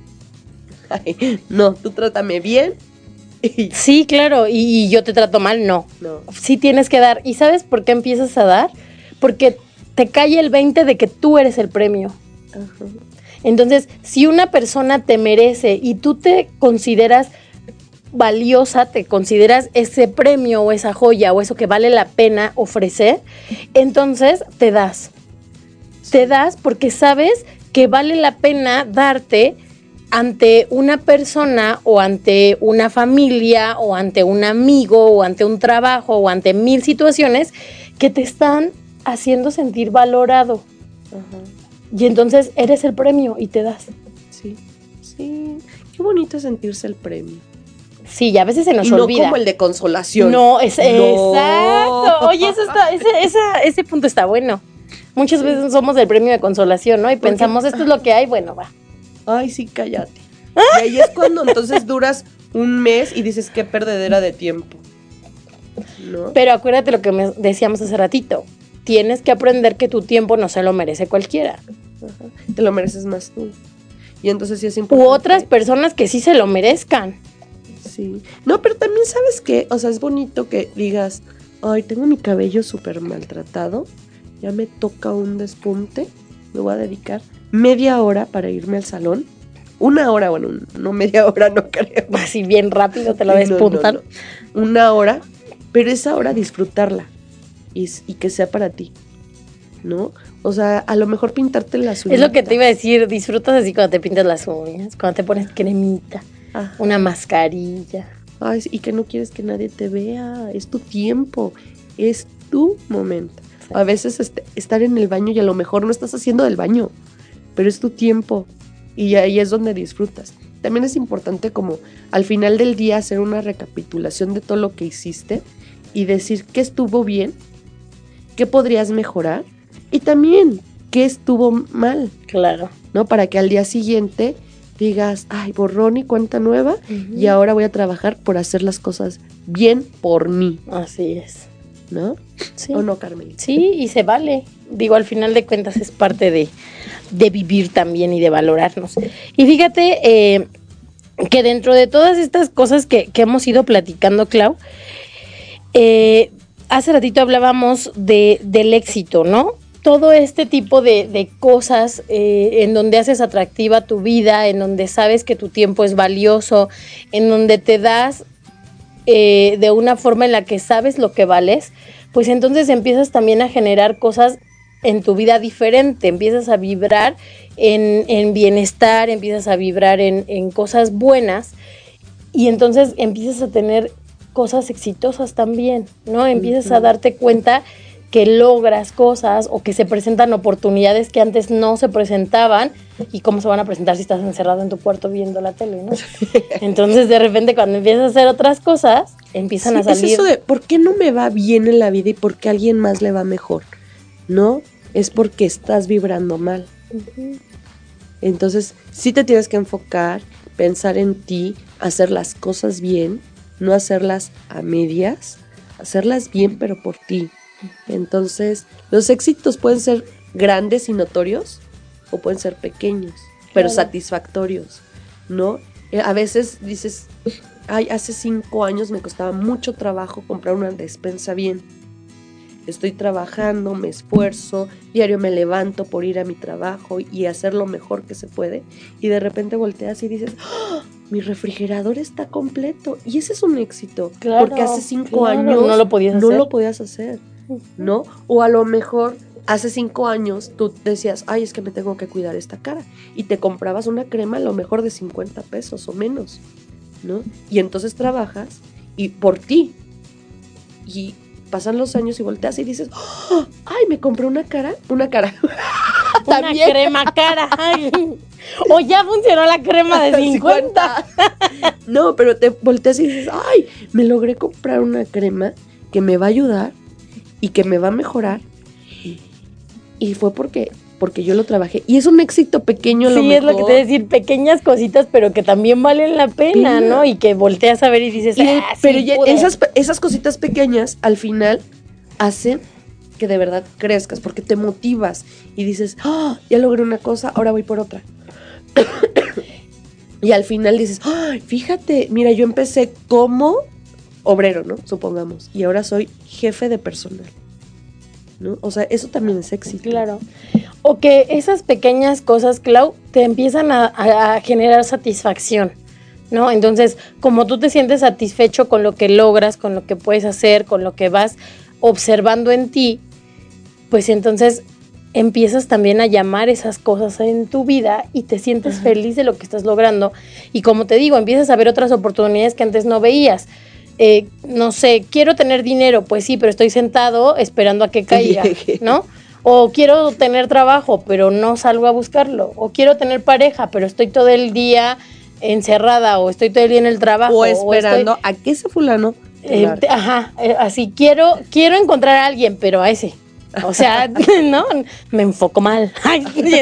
ay, no, tú trátame bien. Sí, claro, y yo te trato mal, no. Sí tienes que dar. ¿Y sabes por qué empiezas a dar? Porque te cae el 20 de que tú eres el premio. Ajá. Entonces, si una persona te merece y tú te consideras valiosa, te consideras ese premio o esa joya o eso que vale la pena ofrecer, entonces te das. Te das porque sabes que vale la pena darte ante una persona o ante una familia o ante un amigo o ante un trabajo o ante 1000 situaciones que te están haciendo sentir valorado. Ajá. Y entonces eres el premio y te das. Sí, sí. Qué bonito es sentirse el premio. Sí, y a veces se nos y olvida. No como el de consolación. No, exacto. Oye, ese punto está bueno. Muchas veces somos el premio de consolación, ¿no? Y pensamos, esto es lo que hay, bueno, va. Ay, sí, cállate. Y ahí es cuando entonces duras un mes y dices, qué perdedera de tiempo. ¿No? Pero acuérdate lo que decíamos hace ratito. Tienes que aprender que tu tiempo no se lo merece cualquiera. Ajá. Te lo mereces más tú. Y entonces sí es importante. U otras personas que sí se lo merezcan. Sí. No, pero también sabes qué, o sea, es bonito que digas, ay, tengo mi cabello súper maltratado, ya me toca un despunte, me voy a dedicar media hora para irme al salón. 1 hora, bueno, no media hora, no creo. Así bien rápido te lo despuntan. No. 1 hora, pero esa hora disfrutarla y que sea para ti, ¿no? O sea, a lo mejor pintarte las uñas. Es lo que te iba a decir, disfrutas así cuando te pintas las uñas, cuando te pones cremita, una mascarilla. Ay, y que no quieres que nadie te vea, es tu tiempo, es tu momento. Sí. A veces estar en el baño y a lo mejor no estás haciendo del baño, pero es tu tiempo y ahí es donde disfrutas. También es importante como al final del día hacer una recapitulación de todo lo que hiciste y decir qué estuvo bien, qué podrías mejorar y también qué estuvo mal. Claro. ¿No? Para que al día siguiente digas, ay, borrón y cuenta nueva, y ahora voy a trabajar por hacer las cosas bien por mí. Así es. ¿No? Sí. ¿O no, Carmelita? Sí, y se vale. Digo, al final de cuentas es parte de vivir también y de valorarnos. Y fíjate que dentro de todas estas cosas que hemos ido platicando, Clau, hace ratito hablábamos del éxito, ¿no? Todo este tipo de cosas en donde haces atractiva tu vida, en donde sabes que tu tiempo es valioso, en donde te das de una forma en la que sabes lo que vales, pues entonces empiezas también a generar cosas en tu vida diferente, empiezas a vibrar en bienestar, empiezas a vibrar en cosas buenas y entonces empiezas a tener cosas exitosas también, ¿no? Empiezas a darte cuenta que logras cosas o que se presentan oportunidades que antes no se presentaban. ¿Y cómo se van a presentar si estás encerrado en tu cuarto viendo la tele, no? Entonces, de repente, cuando empiezas a hacer otras cosas, empiezan a salir. Es eso de, ¿por qué no me va bien en la vida y por qué a alguien más le va mejor? ¿No? Es porque estás vibrando mal. Entonces, sí te tienes que enfocar, pensar en ti, hacer las cosas bien, no hacerlas a medias, hacerlas bien, pero por ti. Entonces, los éxitos pueden ser grandes y notorios o pueden ser pequeños, pero satisfactorios, ¿no? A veces dices, ay, hace 5 años me costaba mucho trabajo comprar una despensa bien. Estoy trabajando, me esfuerzo, diario me levanto por ir a mi trabajo y hacer lo mejor que se puede. Y de repente volteas y dices, ¡oh! Mi refrigerador está completo. Y ese es un éxito, claro, porque hace 5 años no lo podías hacer. ¿No? O a lo mejor hace 5 años tú decías, ay, es que me tengo que cuidar esta cara. Y te comprabas una crema a lo mejor de 50 pesos o menos, ¿no? Y entonces trabajas y por ti. Y pasan los años y volteas y dices, oh, ay, me compré una cara. Una crema cara. Ay. O ya funcionó la crema de 50. No, pero te volteas y dices, ay, me logré comprar una crema que me va a ayudar y que me va a mejorar. Y fue porque yo lo trabajé. Y es un éxito pequeño, lo Sí, mejor. es lo que te voy a decir, pequeñas cositas, pero que también valen la pena, ¿no? Y que volteas a ver y dices, Pero sí ya pude. esas cositas pequeñas, al final, hacen que de verdad crezcas, porque te motivas y dices, ya logré una cosa, ahora voy por otra. Y al final dices, fíjate, mira, yo empecé como obrero, ¿no? Supongamos, y ahora soy jefe de personal, ¿no? O sea, eso también es éxito. Claro. O que esas pequeñas cosas, Clau, te empiezan a generar satisfacción, ¿no? Entonces, como tú te sientes satisfecho con lo que logras, con lo que puedes hacer, con lo que vas observando en ti, pues entonces empiezas también a llamar esas cosas en tu vida y te sientes feliz de lo que estás logrando. Y como te digo, empiezas a ver otras oportunidades que antes no veías. No sé, quiero tener dinero, pues sí, pero estoy sentado esperando a que caiga, ¿no? O quiero tener trabajo, pero no salgo a buscarlo. O quiero tener pareja, pero estoy todo el día encerrada o estoy todo el día en el trabajo. O esperando a que ese fulano... así, quiero encontrar a alguien, pero a ese. O sea, no, me enfoco mal. y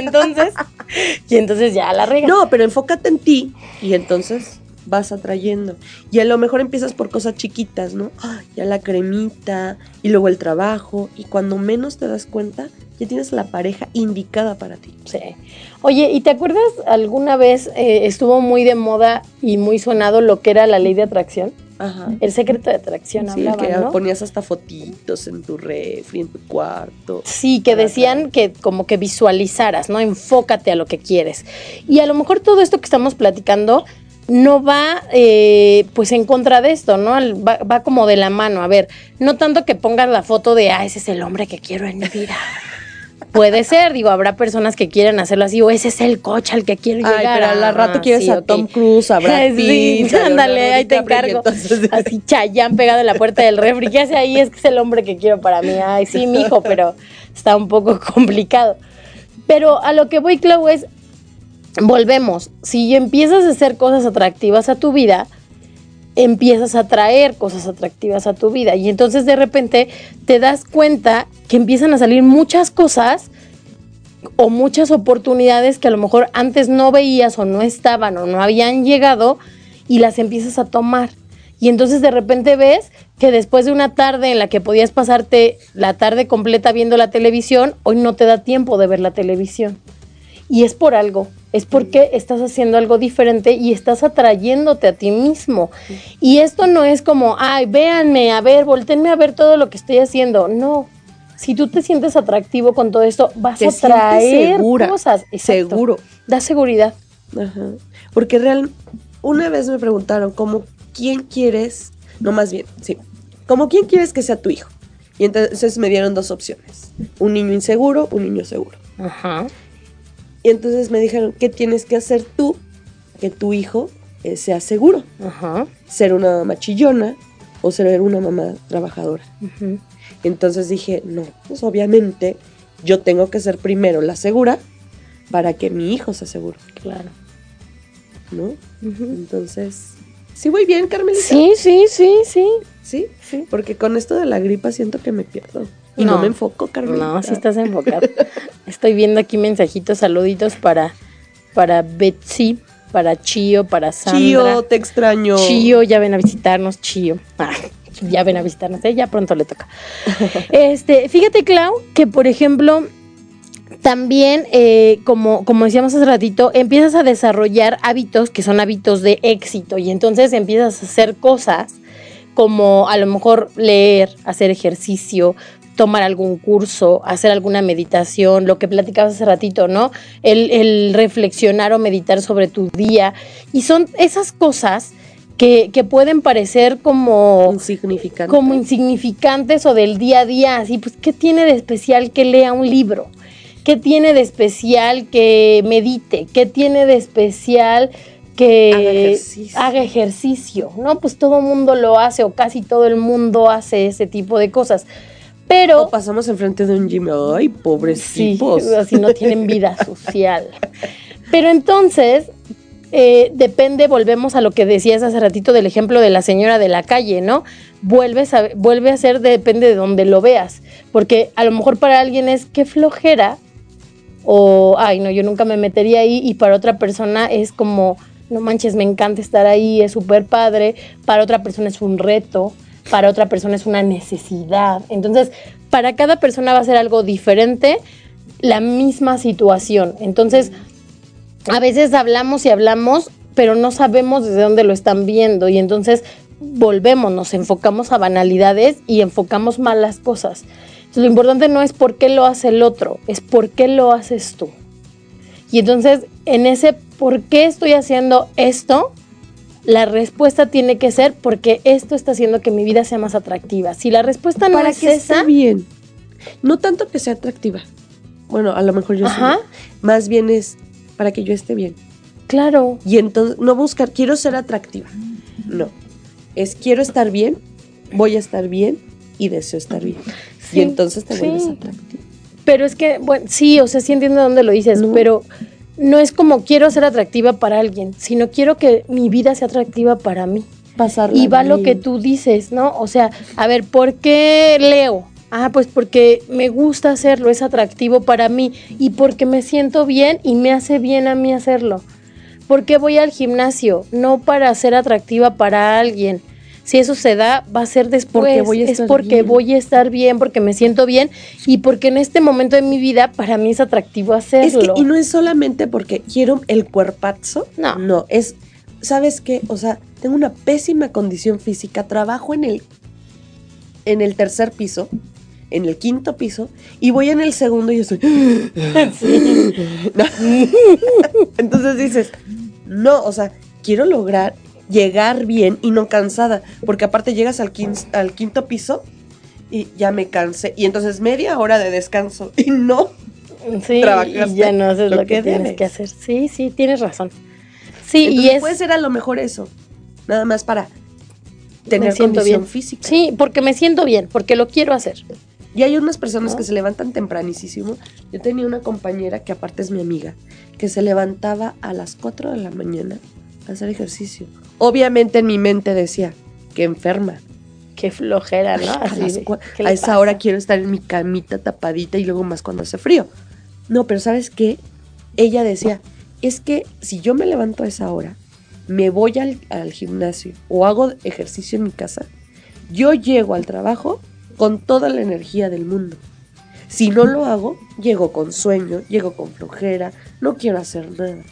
entonces ya la regas. No, pero enfócate en ti y entonces vas atrayendo. Y a lo mejor empiezas por cosas chiquitas, ¿no? Ya la cremita y luego el trabajo. Y cuando menos te das cuenta, ya tienes la pareja indicada para ti. Sí. Oye, ¿y te acuerdas alguna vez estuvo muy de moda y muy sonado lo que era la ley de atracción? Ajá. El secreto de atracción, Sí, hablaban, que ¿no? ponías hasta fotitos en tu refri, en tu cuarto. Sí, que decían que como que visualizaras, ¿no? Enfócate a lo que quieres. Y a lo mejor todo esto que estamos platicando no va pues en contra de esto, ¿no? Va como de la mano. A ver, no tanto que pongas la foto de, ese es el hombre que quiero en mi vida. Puede ser, digo, habrá personas que quieran hacerlo así, o ese es el coche al que quiero llegar. Pero al rato quieres a Tom Cruise, a Brad Pitt. Sí, ándale, ahí te encargo. Así Chayanne pegado en la puerta del refri. ¿Qué hace ahí? Es que es el hombre que quiero para mí. Ay, sí, mijo, pero está un poco complicado. Pero a lo que voy, Clau, es, volvemos. Si empiezas a hacer cosas atractivas a tu vida, empiezas a traer cosas atractivas a tu vida y entonces de repente te das cuenta que empiezan a salir muchas cosas o muchas oportunidades que a lo mejor antes no veías o no estaban o no habían llegado y las empiezas a tomar. Y entonces de repente ves que después de una tarde en la que podías pasarte la tarde completa viendo la televisión, hoy no te da tiempo de ver la televisión. Y es por algo, es porque estás haciendo algo diferente y estás atrayéndote a ti mismo. Y esto no es como, véanme, a ver, voltéenme a ver todo lo que estoy haciendo. No, si tú te sientes atractivo con todo esto, vas a traer cosas. Exacto. Seguro. Da seguridad. Ajá. Porque una vez me preguntaron, ¿cómo quién quieres? No, más bien, sí. ¿Cómo quién quieres que sea tu hijo? Y entonces me dieron dos opciones. Un niño inseguro, un niño seguro. Ajá. Y entonces me dijeron, ¿qué tienes que hacer tú que tu hijo sea seguro? Ajá. ¿Ser una mamá chillona o ser una mamá trabajadora? Uh-huh. Entonces dije, no, pues obviamente yo tengo que ser primero la segura para que mi hijo sea seguro. Claro. ¿No? Uh-huh. Entonces, ¿sí voy bien, Carmelita? Sí. ¿Sí? Porque con esto de la gripa siento que me pierdo. Y no me enfoco, Carmelita. No, sí estás enfocada. Estoy viendo aquí mensajitos, saluditos para Betsy, para Chío, para Sandra. Chío, te extraño. Chío, ya ven a visitarnos, Chío. Ya ven a visitarnos, ya pronto le toca. Fíjate, Clau, que por ejemplo, también, como decíamos hace ratito, empiezas a desarrollar hábitos que son hábitos de éxito y entonces empiezas a hacer cosas como a lo mejor leer, hacer ejercicio, tomar algún curso, hacer alguna meditación, lo que platicabas hace ratito, ¿no? El reflexionar o meditar sobre tu día. Y son esas cosas que pueden parecer como insignificantes o del día a día, así, pues, ¿qué tiene de especial que lea un libro? ¿Qué tiene de especial que medite? ¿Qué tiene de especial que haga ejercicio? No, pues todo el mundo lo hace o casi todo el mundo hace ese tipo de cosas. Pero... O pasamos enfrente de un gym, ¡ay, pobres Sí, tipos! así no tienen vida social. Pero entonces, depende, volvemos a lo que decías hace ratito del ejemplo de la señora de la calle, ¿no? Vuelve a ser, depende de donde lo veas. Porque a lo mejor para alguien es qué flojera, o, ay, no, yo nunca me metería ahí, y para otra persona es como, no manches, me encanta estar ahí, es súper padre. Para otra persona es un reto, para otra persona es una necesidad. Entonces, para cada persona va a ser algo diferente la misma situación. Entonces, a veces hablamos y hablamos, pero no sabemos desde dónde lo están viendo, y entonces volvemos, nos enfocamos a banalidades y enfocamos mal las cosas. Entonces, lo importante no es por qué lo hace el otro, es por qué lo haces tú. Y entonces, en ese por qué estoy haciendo esto, la respuesta tiene que ser porque esto está haciendo que mi vida sea más atractiva. Si la respuesta no Para es que esa, esté bien. No tanto que sea atractiva. Bueno, a lo mejor yo sí. Ajá. Más bien es para que yo esté bien. claro, Y entonces, no buscar, quiero ser atractiva. No. Es quiero estar bien, voy a estar bien y deseo estar bien. Sí, y entonces te vuelves sí. atractiva. Pero es que, bueno, sí, o sea, sí entiendo dónde lo dices, No. pero no es como quiero ser atractiva para alguien, sino quiero que mi vida sea atractiva para mí. Pasarla Y va lo bien. que tú dices, ¿no? O sea, a ver, ¿por qué leo? Ah, pues porque me gusta hacerlo, es atractivo para mí y porque me siento bien y me hace bien a mí hacerlo. ¿Por qué voy al gimnasio? No para ser atractiva para alguien. Si eso se da, va a ser después. Porque voy a es estar porque bien. voy a estar bien, porque me siento bien y porque en este momento de mi vida para mí es atractivo Es hacerlo. que, y no es solamente porque quiero el cuerpazo. No. No, es, ¿sabes qué? O sea, tengo una pésima condición física, trabajo en el tercer piso, en el quinto piso, y voy en el segundo y estoy... No. Entonces dices, no, o sea, quiero lograr llegar bien y no cansada, porque aparte llegas al quinto piso y ya me cansé, y entonces media hora de descanso, y no... Sí, trabajaste y ya no haces lo que tienes tienes. que hacer. Sí, sí, tienes razón. Sí, Entonces y es... puede ser a lo mejor eso, nada más para tener me siento condición bien. física. Sí, porque me siento bien, porque lo quiero hacer. Y hay unas personas ¿No? que se levantan tempranísimo. Yo tenía una compañera que aparte es mi amiga, que se levantaba a las 4 de la mañana a hacer ejercicio. Obviamente en mi mente decía, que enferma. Qué flojera, ¿no? A, Así las de, cua- ¿qué a le esa pasa? hora quiero estar en mi camita tapadita y luego más cuando hace frío. No, pero ¿sabes qué? Ella decía, es que si yo me levanto a esa hora, me voy al gimnasio o hago ejercicio en mi casa, yo llego al trabajo con toda la energía del mundo. Si no lo hago, llego con sueño, llego con flojera, no quiero hacer nada.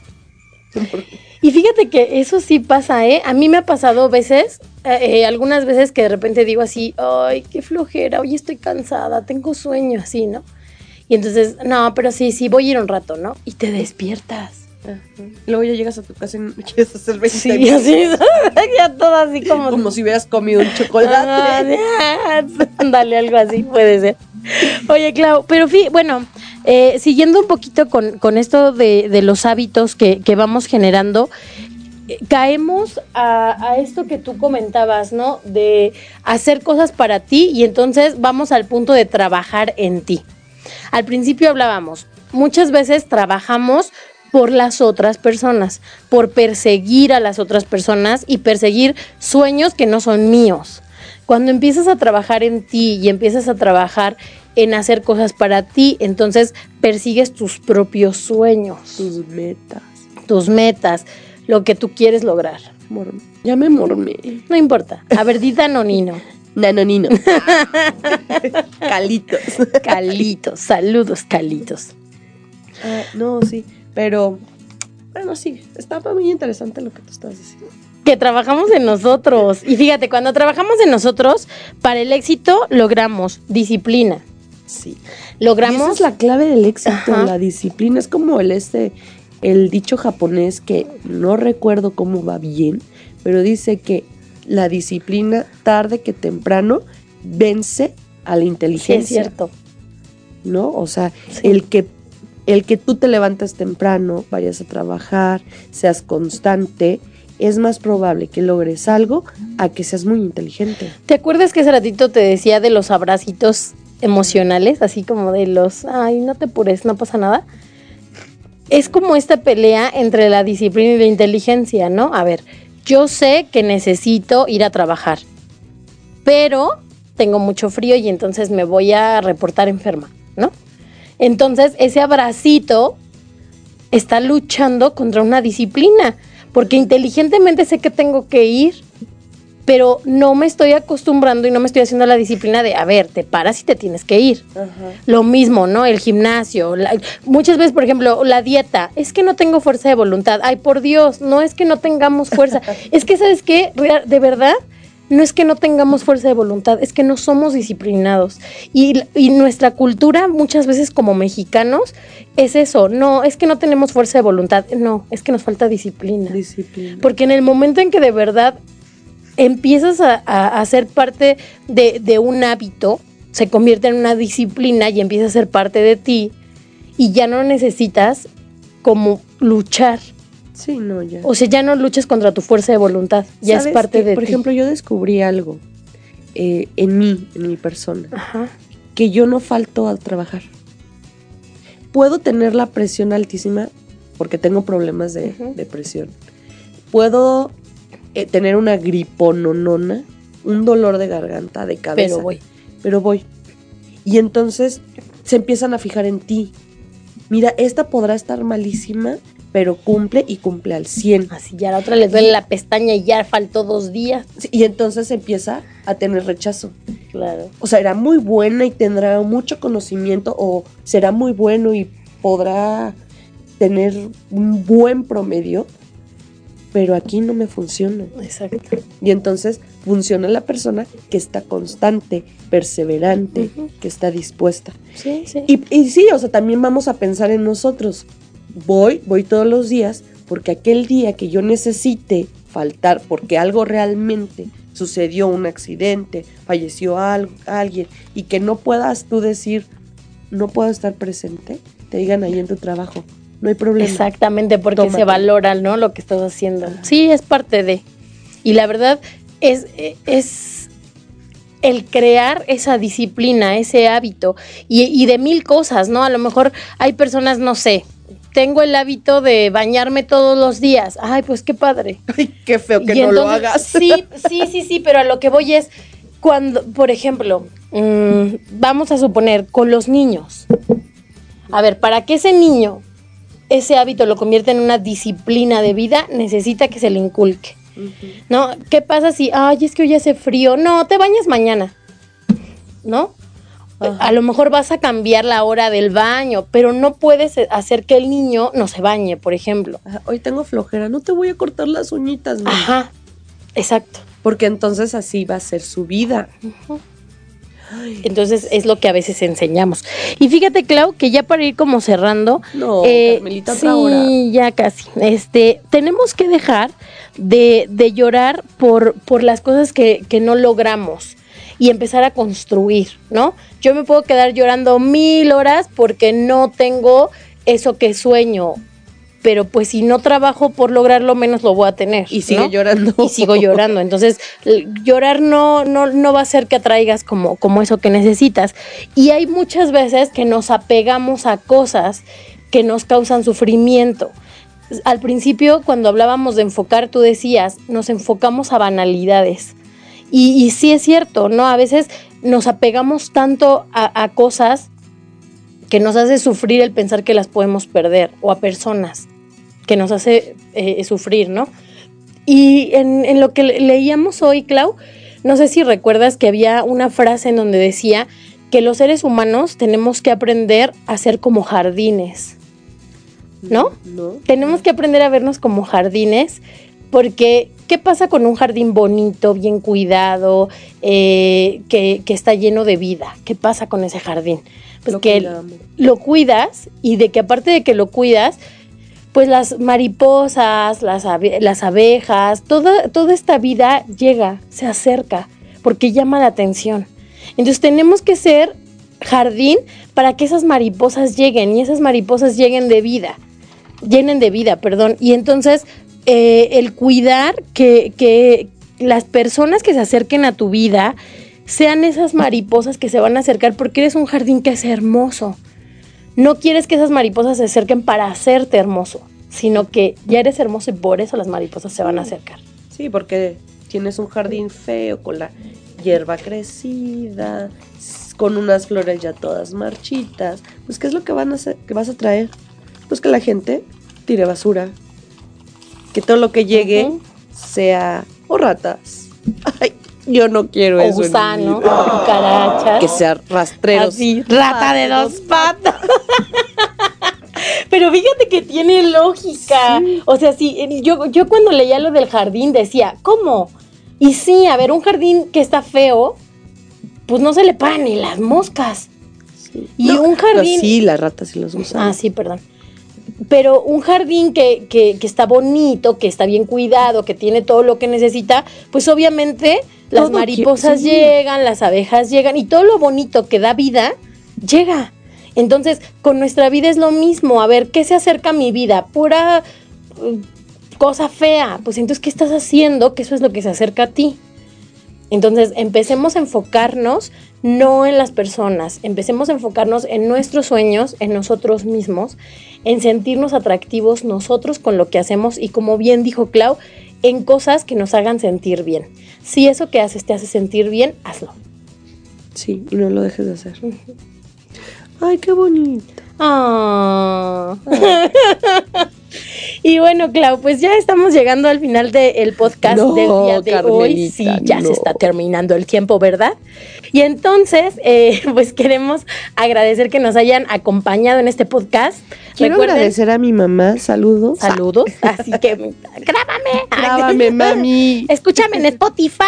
Y fíjate que eso sí pasa, ¿eh? A mí me ha pasado veces, algunas veces que de repente digo así, ay, qué flojera, hoy estoy cansada, tengo sueño, así, ¿no? Y entonces, no, pero sí, voy a ir un rato, ¿no? Y te despiertas. Luego ya llegas a tu casa y quieres hacer 20 Sí, minutos. así, ya todo así como... Como si hubieras comido un chocolate. Dale, algo así puede ser. Oye, Clau, pero bueno, siguiendo un poquito con esto de los hábitos que vamos generando, caemos a esto que tú comentabas, ¿no? De hacer cosas para ti y entonces vamos al punto de trabajar en ti. Al principio hablábamos, muchas veces trabajamos por las otras personas, por perseguir a las otras personas y perseguir sueños que no son míos. Cuando empiezas a trabajar en ti y empiezas a trabajar en hacer cosas para ti, entonces persigues tus propios sueños, tus metas, lo que tú quieres lograr. Ya me mormé. No importa. A ver, di Danonino. Nanonino. Calitos. Calitos, saludos, Calitos. No, sí, pero bueno, sí, está muy interesante lo que tú estás diciendo. Que trabajamos en nosotros. Y fíjate, cuando trabajamos en nosotros, para el éxito logramos disciplina. Sí. Logramos... Y esa es la clave del éxito, Ajá. la disciplina. Es como el dicho japonés que no recuerdo cómo va bien, pero dice que la disciplina, tarde que temprano, vence a la Sí, inteligencia. es cierto. ¿No? O sea, Sí. el que tú te levantes temprano, vayas a trabajar, seas constante, es más probable que logres algo a que seas muy inteligente. ¿Te acuerdas que hace ratito te decía de los abracitos emocionales, así como de los, ay, no te apures, no pasa nada. Es como esta pelea entre la disciplina y la inteligencia, ¿no? A ver, yo sé que necesito ir a trabajar, pero tengo mucho frío y entonces me voy a reportar enferma, ¿no? Entonces, ese abracito está luchando contra una disciplina, porque inteligentemente sé que tengo que ir, pero no me estoy acostumbrando y no me estoy haciendo la disciplina de, a ver, te paras y te tienes que ir. Ajá. Lo mismo, ¿no? El gimnasio. Muchas veces, por ejemplo, la dieta. Es que no tengo fuerza de voluntad. Ay, por Dios, no es que no tengamos fuerza. Es que, ¿sabes qué? De verdad, no es que no tengamos fuerza de voluntad, es que no somos disciplinados. Y nuestra cultura, muchas veces como mexicanos, es eso. No, es que no tenemos fuerza de voluntad. No, es que nos falta disciplina. Porque en el momento en que de verdad empiezas a ser parte de un hábito, se convierte en una disciplina y empieza a ser parte de ti y ya no necesitas como luchar. Sí, no, ya. O sea, ya no luchas contra tu fuerza de voluntad, ya es parte de ti. Por ejemplo, yo descubrí algo en mi persona, Ajá. que yo no falto a trabajar. Puedo tener la presión altísima porque tengo problemas de presión. Puedo tener una gripononona, un dolor de garganta, de cabeza. Pero voy. Y entonces se empiezan a fijar en ti. Mira, esta podrá estar malísima, pero cumple y cumple al 100. Así ya a la otra le duele la pestaña y ya faltó 2 días. Sí, y entonces empieza a tener rechazo. Claro. O sea, era muy buena y tendrá mucho conocimiento, o será muy bueno y podrá tener un buen promedio, pero aquí no me funciona. Exacto. Y entonces funciona la persona que está constante, perseverante, que está dispuesta. Sí, sí. Y sí, o sea, también vamos a pensar en nosotros. Voy todos los días porque aquel día que yo necesite faltar, porque algo realmente sucedió, un accidente, falleció alguien, y que no puedas tú decir, no puedo estar presente, te digan ahí en tu trabajo. No hay problema. Exactamente, porque Tómate. se valora, ¿no? Lo que estás haciendo. Sí, es parte de. Y la verdad es el crear esa disciplina, ese hábito. Y de 1000 cosas, ¿no? A lo mejor hay personas, no sé, tengo el hábito de bañarme todos los días. Ay, pues qué padre. Ay, qué feo que y no entonces, lo hagas. Sí, pero a lo que voy es, cuando, por ejemplo, vamos a suponer, con los niños. A ver, para que ese niño ese hábito lo convierte en una disciplina de vida, necesita que se le inculque, ¿no? ¿Qué pasa si, ay, es que hoy hace frío? No, te bañas mañana, ¿no? Ajá. A lo mejor vas a cambiar la hora del baño, pero no puedes hacer que el niño no se bañe, por ejemplo. Ajá, hoy tengo flojera, no te voy a cortar las uñitas, ¿no? Ajá, exacto. Porque entonces así va a ser su vida. Entonces es lo que a veces enseñamos. Y fíjate, Clau, que ya para ir como cerrando, no, Carmelita, otra hora. Sí, ya casi. Tenemos que dejar de llorar por las cosas que no logramos y empezar a construir, ¿no? Yo me puedo quedar llorando 1000 horas porque no tengo eso que sueño, pero pues si no trabajo por lograrlo, menos lo voy a tener. Y sigue llorando. Y sigo llorando. Entonces, llorar no va a hacer que atraigas como eso que necesitas. Y hay muchas veces que nos apegamos a cosas que nos causan sufrimiento. Al principio, cuando hablábamos de enfocar, tú decías, nos enfocamos a banalidades. Y sí es cierto, ¿no? A veces nos apegamos tanto a cosas que nos hace sufrir el pensar que las podemos perder, o a personas que nos hace sufrir, ¿no? Y en lo que leíamos hoy, Clau, no sé si recuerdas que había una frase en donde decía que los seres humanos tenemos que aprender a ser como jardines, ¿no? No. Tenemos que aprender a vernos como jardines, porque ¿qué pasa con un jardín bonito, bien cuidado, que está lleno de vida? ¿Qué pasa con ese jardín? Pues que lo cuidas, y de que aparte de que lo cuidas, pues las mariposas, las abejas, toda esta vida llega, se acerca, porque llama la atención. Entonces tenemos que ser jardín para que esas mariposas lleguen, y esas mariposas llenen de vida, y entonces el cuidar que las personas que se acerquen a tu vida sean esas mariposas que se van a acercar porque eres un jardín que es hermoso. No quieres que esas mariposas se acerquen para hacerte hermoso, sino que ya eres hermoso y por eso las mariposas se van a acercar. Sí, porque tienes un jardín feo con la hierba crecida, con unas flores ya todas marchitas. Pues, ¿qué es lo que que vas a traer? Pues que la gente tire basura, que todo lo que llegue sea o ratas. Ay, yo no quiero eso. Gusano, cucarachas. Que sea rastreros. Así, rata de dos patas. Pero fíjate que tiene lógica. Sí. O sea, sí, yo cuando leía lo del jardín decía, ¿cómo? Y sí, a ver, un jardín que está feo, pues no se le paran ni las moscas. Sí. Y no, un jardín... sí, las ratas y los gusanos. Ah, sí, perdón. Pero un jardín que está bonito, que está bien cuidado, que tiene todo lo que necesita, pues obviamente las todo mariposas llegan, las abejas llegan y todo lo bonito que da vida, llega. Entonces, con nuestra vida es lo mismo. A ver, ¿qué se acerca a mi vida? Pura cosa fea. Pues entonces, ¿qué estás haciendo? Que eso es lo que se acerca a ti. Entonces, empecemos a enfocarnos no en las personas, empecemos a enfocarnos en nuestros sueños, en nosotros mismos, en sentirnos atractivos nosotros con lo que hacemos y, como bien dijo Clau, en cosas que nos hagan sentir bien. Si eso que haces te hace sentir bien, hazlo. Sí, y no lo dejes de hacer. Ay, qué bonito. Y bueno, Clau, pues ya estamos llegando al final del podcast del día de hoy. Sí, ya se está terminando el tiempo, ¿verdad? Y entonces, pues queremos agradecer que nos hayan acompañado en este podcast. Quiero agradecer a mi mamá, saludos. Saludos, así que grábame. Grábame, mami. Escúchame en Spotify.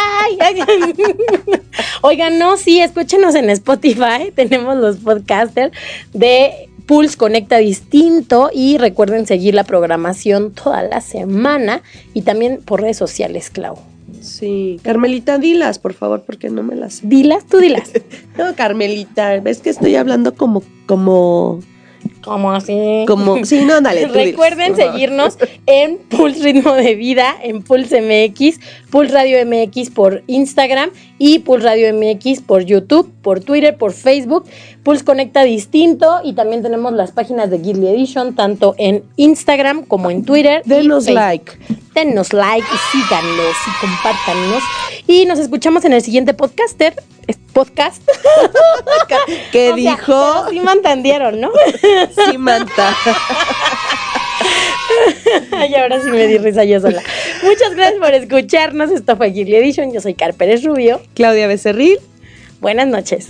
Oigan, no, sí, escúchenos en Spotify. Tenemos los podcasters de Pulse Conecta Distinto y recuerden seguir la programación toda la semana y también por redes sociales, Clau. Sí, Carmelita, dilas, por favor, porque no me las sé. ¿Dilas? Tú dilas. No, Carmelita, ves que estoy hablando como ¿Cómo así? Sí, no, dale. Recuerden seguirnos en Pulse Ritmo de Vida, en Pulse MX, Pulse Radio MX por Instagram y Pulse Radio MX por YouTube, por Twitter, por Facebook, Pulse Conecta Distinto y también tenemos las páginas de Girly Edition tanto en Instagram como en Twitter. Denos like. Denos like y síganos y compártanos. Y nos escuchamos en el siguiente podcast. ¿Qué dijo? Sí me entendieron, ¿no? Sí, manta. Y ahora sí me di risa yo sola. Muchas gracias por escucharnos. Esto fue Girly Edition. Yo soy Car Pérez Rubio. Claudia Becerril. Buenas noches.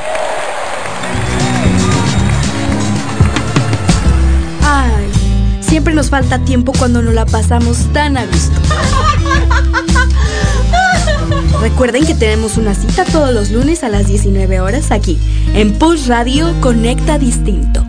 Ay, siempre nos falta tiempo cuando nos la pasamos tan a gusto. Recuerden que tenemos una cita todos los lunes a las 19 horas aquí, en Pulse Radio Conecta Distinto.